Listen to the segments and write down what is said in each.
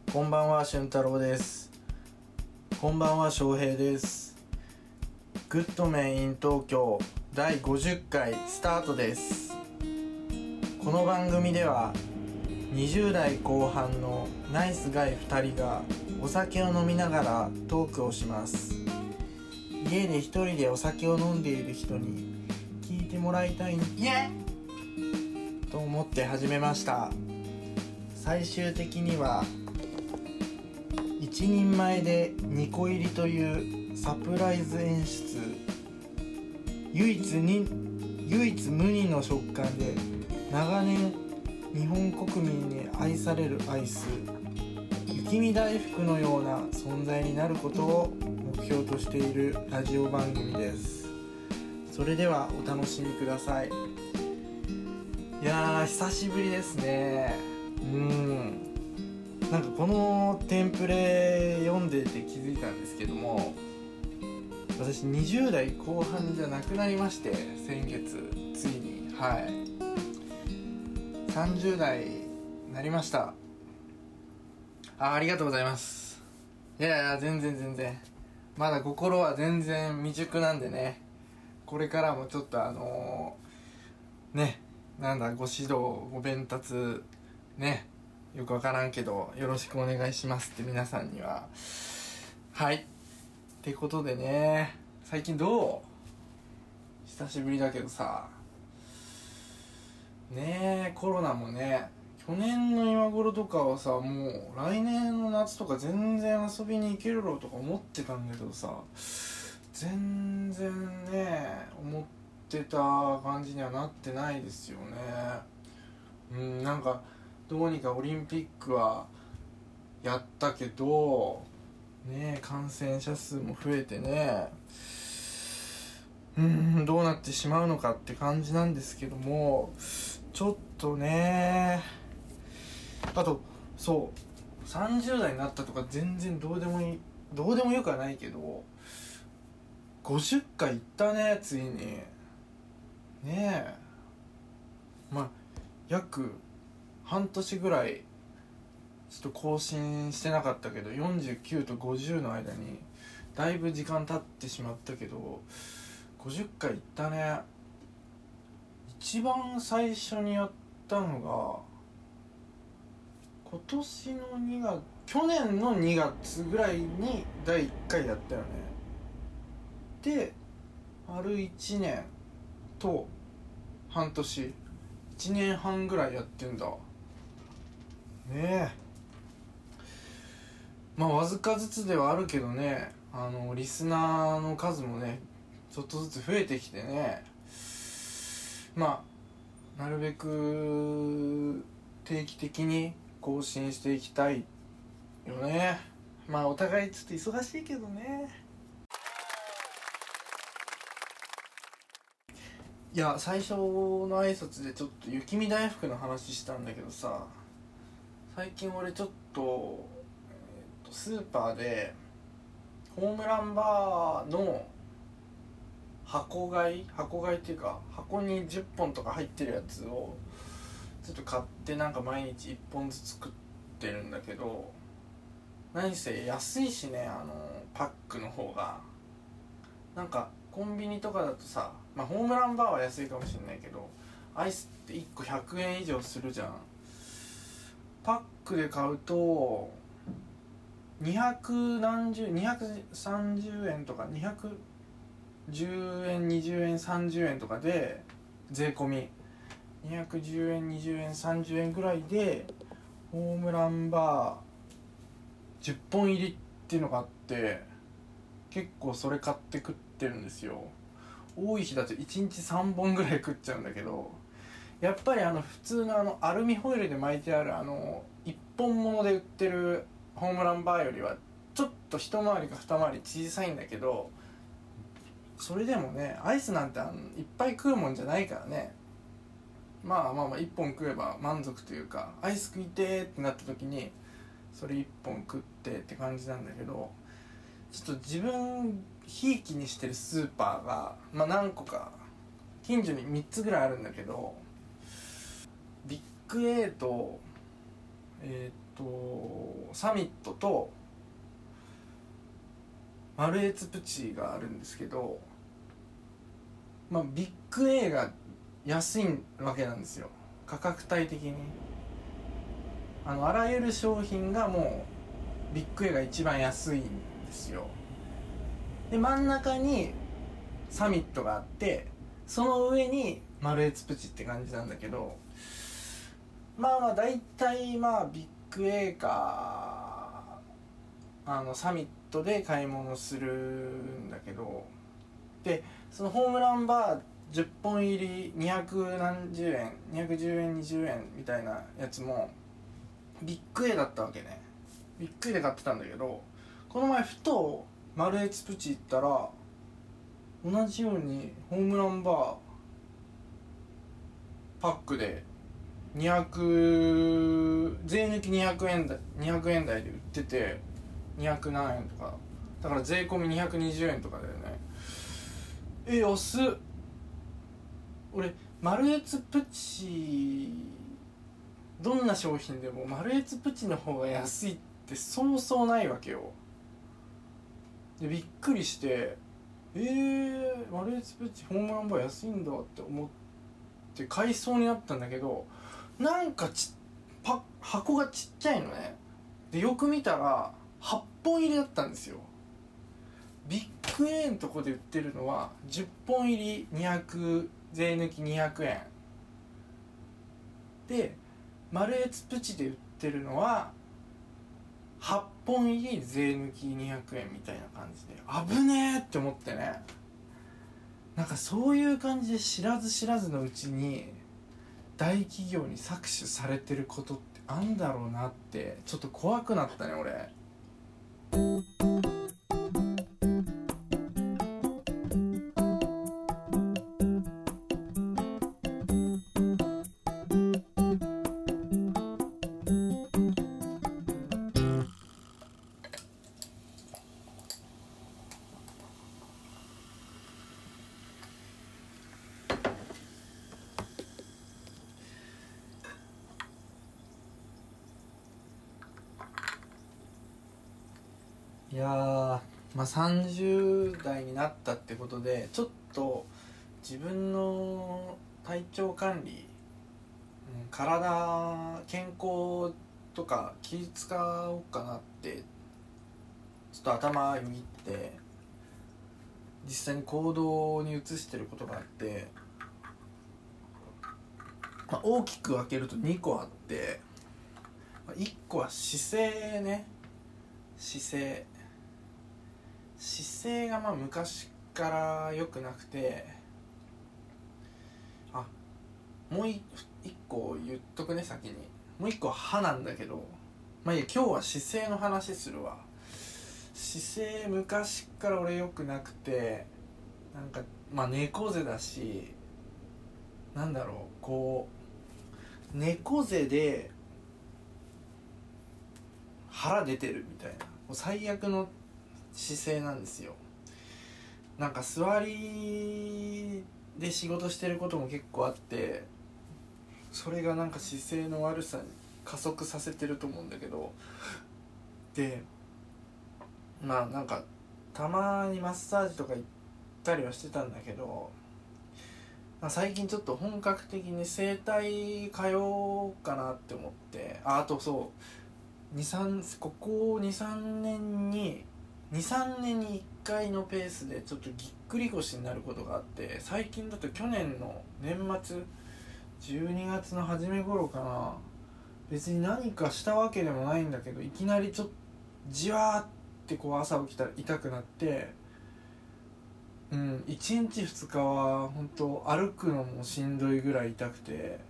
こんばんは、俊太郎です。こんばんは、翔平です。グッドメン in 東京第50回スタートです。この番組では20代後半のナイスガイ2人がお酒を飲みながらトークをします。家で一人でお酒を飲んでいる人に聞いてもらいたいと思って始めました。最終的には1人前で2個入りというサプライズ演出。唯一無二の食感で長年日本国民に愛されるアイス、雪見大福のような存在になることを目標としているラジオ番組です。それではお楽しみください。いやー、久しぶりですね。なんかこのテンプレ読んでて気づいたんですけども、私20代後半じゃなくなりまして、先月ついに30代になりました。ありがとうございます。いや全然まだ心は全然未熟なんでね、これからもちょっとご指導ご鞭達ね、よくわからんけどよろしくお願いしますって皆さんには。ってことでね、最近どう？久しぶりだけどさねえ、コロナもね、去年の今頃とかはさ、もう来年の夏とか全然遊びに行けるろうとか思ってたんだけどさ、全然ね思ってた感じにはなってないですよね。なんかどうにかオリンピックはやったけどね、感染者数も増えてね、どうなってしまうのかって感じなんですけども、ちょっとね、あとそう30代になったとか全然どうでもよくはないけど、50回いったね、ついにね。約半年ぐらいちょっと更新してなかったけど、49と50の間にだいぶ時間経ってしまったけど50回いったね。一番最初にやったのが去年の2月ぐらいに第1回やったよね。で丸1年と半年、1年半ぐらいやってんだねえ。わずかずつではあるけどね、リスナーの数もねちょっとずつ増えてきてね、なるべく定期的に更新していきたいよね。お互いちょっと忙しいけどね。いや、最初の挨拶でちょっと雪見大福の話したんだけどさ、最近俺ちょっと、スーパーでホームランバーの箱買いっていうか、箱に10本とか入ってるやつをちょっと買って、なんか毎日1本ずつ食ってるんだけど、何せ安いしね、パックの方が。なんかコンビニとかだとさ、ホームランバーは安いかもしれないけど、アイスって1個100円以上するじゃん。パックで買うと230円とか210円20円30円とかで、税込み210円20円30円ぐらいでホームランバー10本入りっていうのがあって、結構それ買って食ってるんですよ。多い日だと1日3本ぐらい食っちゃうんだけど、やっぱり普通のアルミホイルで巻いてある1本物で売ってるホームランバーよりはちょっと一回りか二回り小さいんだけど、それでもね、アイスなんていっぱい食うもんじゃないからね。1本食えば満足というか、アイス食いてーってなった時にそれ1本食ってって感じなんだけど、ちょっと自分ひいきにしてるスーパーが何個か近所に3つぐらいあるんだけど、ビッグ A とサミットとマルエツプチがあるんですけど、ビッグ A が安いわけなんですよ、価格帯的に。あらゆる商品がもうビッグ A が一番安いんですよ。で真ん中にサミットがあって、その上にマルエツプチって感じなんだけど、だいたいビッグ A かサミットで買い物するんだけど、でそのホームランバー10本入り200何十円、210円20円みたいなやつもビッグ A だったわけね。ビッグ A で買ってたんだけど、この前ふとマルエツプチ行ったら同じようにホームランバーパックで200税抜き200円台で売ってて、200何円とかだから税込み220円とかだよね。安っ。俺マルエツプチどんな商品でもマルエツプチの方が安いってそうそうないわけよ。でびっくりして、マルエツプチホームランバー安いんだって思って買いそうになったんだけど、なんか箱がちっちゃいのね。でよく見たら8本入りだったんですよ。ビッグ A のとこで売ってるのは10本入り200、税抜き200円で、マルエツプチで売ってるのは8本入り税抜き200円みたいな感じで、危ねえって思ってね。なんかそういう感じで知らず知らずのうちに大企業に搾取されてることってあんだろうなって、ちょっと怖くなったね俺。いや30代になったってことで、ちょっと自分の体調管理、健康とか気使おうかなってちょっと頭よぎって、実際に行動に移してることがあって、大きく分けると2個あって、1個は姿勢ね。姿勢が昔から良くなくて、もう一個言っとくね先に。もう一個は歯なんだけど、いいや、今日は姿勢の話するわ。姿勢昔から俺良くなくて、なんか猫背だし、猫背で腹出てるみたいな、もう最悪の姿勢なんですよ。なんか座りで仕事してることも結構あって、それがなんか姿勢の悪さに加速させてると思うんだけど、でなんかたまにマッサージとか行ったりはしてたんだけど、最近ちょっと本格的に整体通おうかなって思って、あとそうここ 2,3 年に1回のペースでちょっとぎっくり腰になることがあって、最近だと去年の年末12月の初め頃かな、別に何かしたわけでもないんだけど、いきなりちょっとじわーって朝起きたら痛くなって、1日2日は本当歩くのもしんどいぐらい痛くて、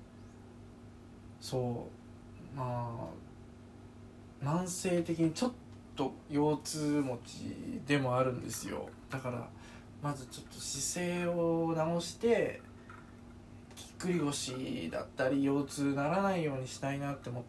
慢性的にちょっと腰痛持ちでもあるんですよ。だからまずちょっと姿勢を直して、ぎっくり腰だったり腰痛ならないようにしたいなって思って、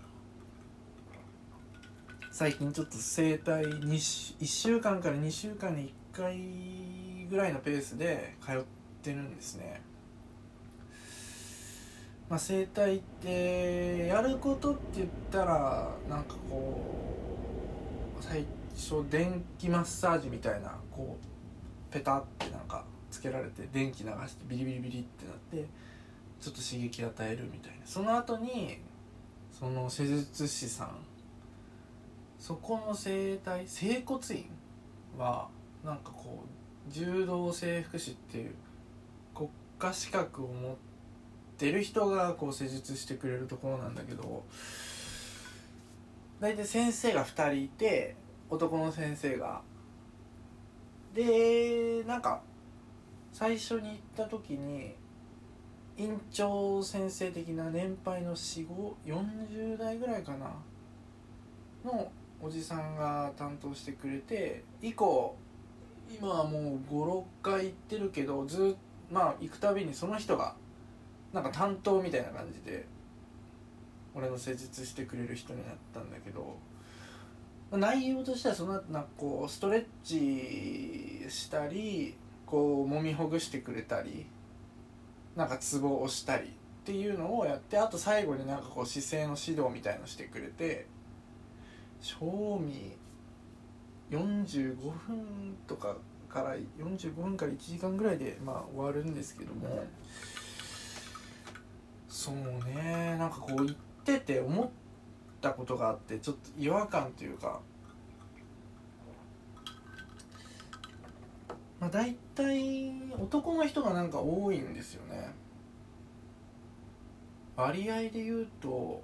最近ちょっと整体1週間から2週間に1回ぐらいのペースで通ってるんですね。 整体ってやることって言ったらなんかこう最初電気マッサージみたいなこうペタってなんかつけられて電気流してビリビリビリってなってちょっと刺激与えるみたいな。その後にその施術師さん、そこの整骨院はなんかこう柔道整復師っていう国家資格を持ってる人がこう施術してくれるところなんだけど、大体先生が2人いて、男の先生がで、なんか最初に行った時に院長先生的な年配の40代ぐらいかなのおじさんが担当してくれて、以降今はもう 5,6 回行ってるけど、行くたびにその人がなんか担当みたいな感じで俺の施術してくれる人になったんだけど、内容としてはその後なんかこうストレッチしたり、こう揉みほぐしてくれたり、なんかツボを押したりっていうのをやって、あと最後になんかこう姿勢の指導みたいのしてくれて、賞味45分とかから45分から1時間ぐらいで終わるんですけども、そうね、なんかこう言ってて思ったことがあって、ちょっと違和感というか、だいたい男の人がなんか多いんですよね。割合で言うと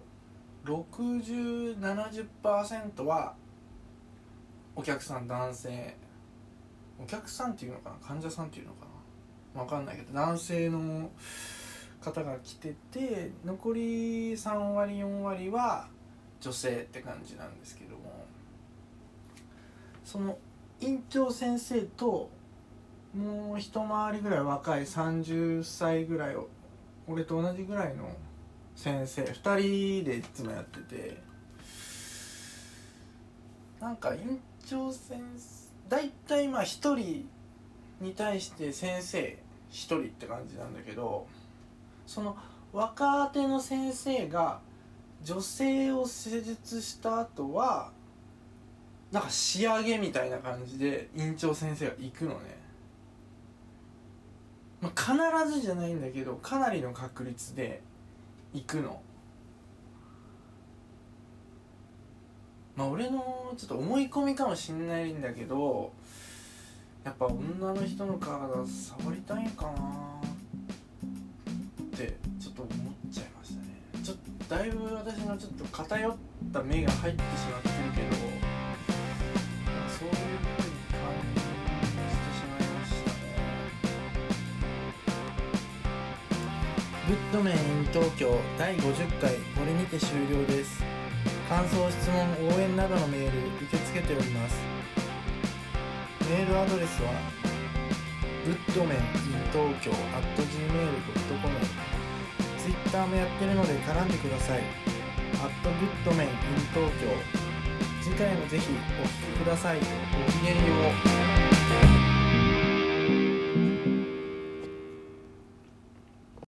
60-70% はお客さん男性、お客さんっていうのかな、患者さんっていうのかな、分かんないけど男性の方が来てて、残り3割4割は女性って感じなんですけども、その院長先生ともう一回りぐらい若い30歳ぐらいを俺と同じぐらいの先生2人でいつもやってて、なんか院長先生だいたい1人に対して先生1人って感じなんだけど、その若手の先生が女性を施術した後はなんか仕上げみたいな感じで院長先生が行くのね。必ずじゃないんだけどかなりの確率で行くの。俺のちょっと思い込みかもしんないんだけど、やっぱ女の人の体触りたいんかなってちょっと思っちゃいましたね。ちょっとだいぶ私のちょっと偏った目が入ってしまってるけど、そういう風に感じてしまいましたね。グッドメイン東京第50回これにて終了です。感想、質問、応援などのメール受け付けております。メールアドレスは goodmaninTokyo@gmail.com、 Twitter もやってるので絡んでください。@goodmaninTokyo。次回もぜひお聞きください。ごきげんよう。